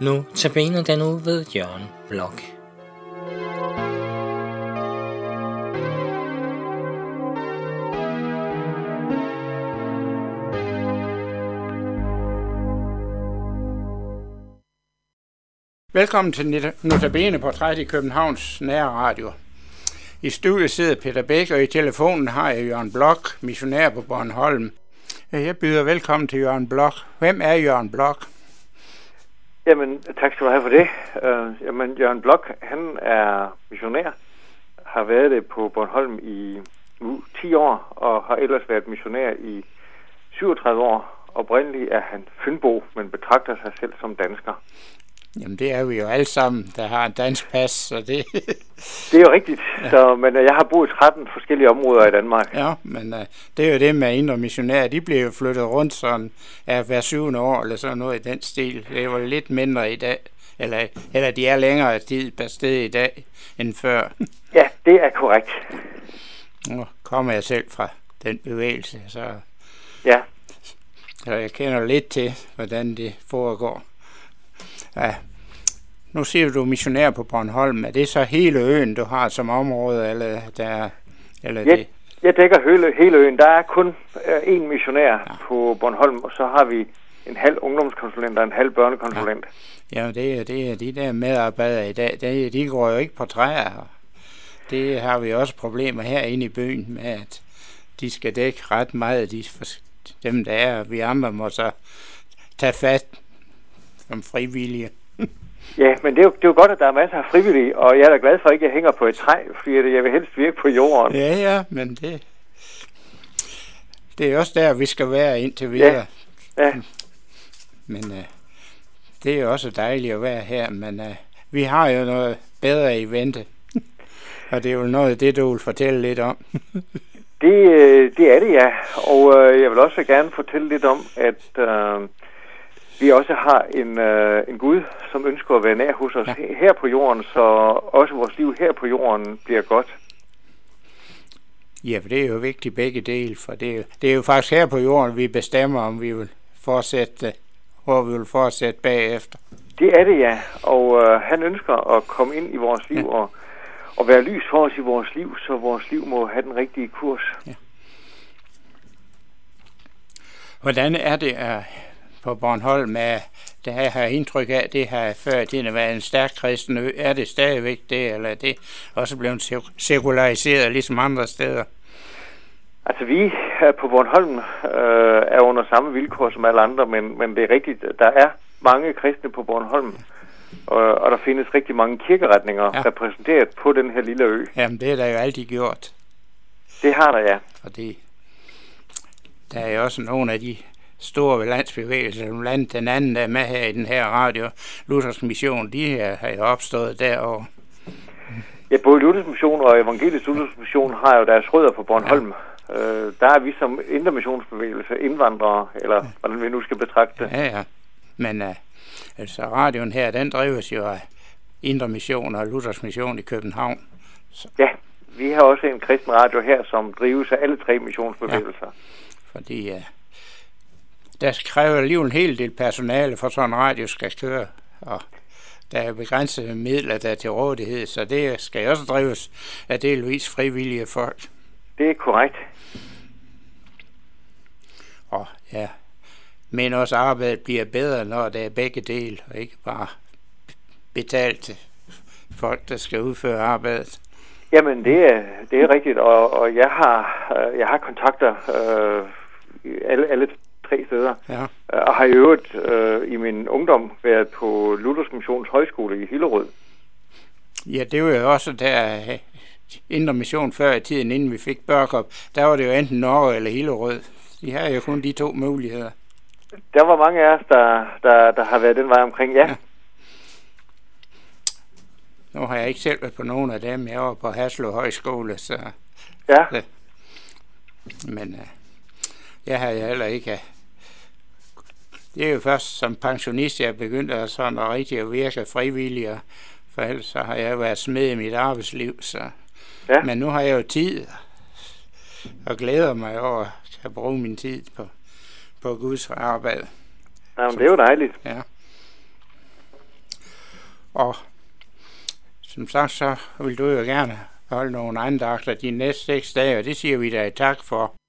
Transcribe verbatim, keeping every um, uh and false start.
Nu tabiner den uge ved Jørgen Blok. Velkommen til Notabene Portræt i Københavns Nære Radio. I studiet sidder Peter Bæk, og i telefonen har jeg Jørgen Blok, missionær på Bornholm. Jeg byder velkommen til Jørgen Blok. Hvem er Jørgen Blok? Jamen, tak skal du have for det. Uh, jamen, Jørgen Blok, han er missionær, har været det på Bornholm i nu ti år, og har ellers været missionær i syvogtredive år. Oprindeligt er han fynbo, men betragter sig selv som dansker. Jamen, det er vi jo alle sammen, der har en dansk pas, så det... det er jo rigtigt, ja. så, men jeg har boet i tretten forskellige områder i Danmark. Ja, men uh, det er jo det med indre missionærer, de bliver jo flyttet rundt sådan af hver syvende år, eller sådan noget i den stil. Det er jo lidt mindre i dag, eller, eller de er længere tid per sted i dag end før. Ja, det er korrekt. Nu kommer jeg selv fra den bevægelse, så... Ja. Så jeg kender lidt til, hvordan det foregår. Ja. Nu siger du, du er missionær på Bornholm. Er det så hele øen, du har som område, eller der, eller ja, det? Jeg dækker hele, hele øen. Der er kun én øh, missionær ja. på Bornholm, og så har vi en halv ungdomskonsulent og en halv børnekonsulent. Ja, ja det, er, det er de der medarbejdere i dag. De, de går jo ikke på træer. Det har vi også problemer herinde i byen med, at de skal dække ret meget. De, dem der er, vi andre må så tage fat som frivillige. Ja, men det er, jo, det er jo godt, at der er masser af frivillige, og jeg er da glad for, at jeg ikke hænger på et træ, fordi jeg vil helst virke på jorden. Ja, ja, men det, det er også der, vi skal være indtil videre. Ja, ja. Men uh, det er jo også dejligt at være her, men uh, vi har jo noget bedre i vente. Og det er jo noget af det, du vil fortælle lidt om. det, det er det, ja. Og uh, jeg vil også gerne fortælle lidt om, at... Uh, vi også har en, øh, en Gud, som ønsker at være nær hos os ja. her på jorden, så også vores liv her på jorden bliver godt. Ja, for det er jo vigtigt begge dele, for det er, jo, det er jo faktisk her på jorden, vi bestemmer, om vi vil fortsætte, hvor vi vil fortsætte bagefter. Det er det, ja. Og øh, han ønsker at komme ind i vores liv ja. og, og være lys for os i vores liv, så vores liv må have den rigtige kurs. Ja. Hvordan er det at på Bornholm er, det her har indtryk af, det har før i tiden været en stærk kristen ø. Er det stadigvæk det, eller er det også blevet sekulariseret ligesom andre steder? Altså vi på Bornholm øh, er under samme vilkår som alle andre, men, men det er rigtigt, der er mange kristne på Bornholm, og, og der findes rigtig mange kirkeretninger ja. repræsenteret på den her lille ø. Jamen det er der jo altid gjort. Det har der, ja. Fordi der er jo også nogle af de store landsbevægelser, som landet den anden, der er med her i den her radio, Luthersk Mission, de her har jo opstået derovre. Ja, både Luthersk Mission og Evangelisk Luthersk Mission har jo deres rødder på Bornholm. Ja. Øh, der er vi som indre missionsbevægelse indvandrere, eller ja. hvordan vi nu skal betragte det. Ja, ja. Men uh, altså radioen her, den drives jo af Indre Mission og Luthersk Mission i København. Så. Ja, vi har også en kristen radio her, som drives af alle tre missionsbevægelser. Ja, fordi... Uh, Der kræver alligevel en hel del personale, for sådan en radio skal køre, og der er begrænsede midler, der er til rådighed, så det skal også drives af delvis frivillige folk. Det er korrekt. Og ja, men også arbejdet bliver bedre, når det er begge dele, og ikke bare betalt til folk, der skal udføre arbejdet. Jamen, det er, det er rigtigt, og, og jeg har, jeg har kontakter øh, alle, alle tre steder, ja. og har i øvrigt øh, i min ungdom været på Luthersk Missions Højskole i Hillerød. Ja, det var jo også der Indre Mission før i tiden, inden vi fik Børkop. Der var det jo enten Norge eller Hillerød. De har jo kun de to muligheder. Der var mange af os, der, der, der har været den vej omkring, ja. ja. Nu har jeg ikke selv været på nogen af dem. Jeg var på Haslev Højskole, så... Ja. Så. Men uh, jeg har jo heller ikke... Det er jo først som pensionist, jeg begyndte at sådan at rigtig at virke frivillig, for ellers så har jeg været smed i mit arbejdsliv, så... Ja. Men nu har jeg jo tid, og glæder mig over at kan bruge min tid på, på Guds arbejde. Jamen, det er jo dejligt. Ja. Og som sagt, så vil du jo gerne holde nogle andagter de næste seks dage, og det siger vi dig tak for.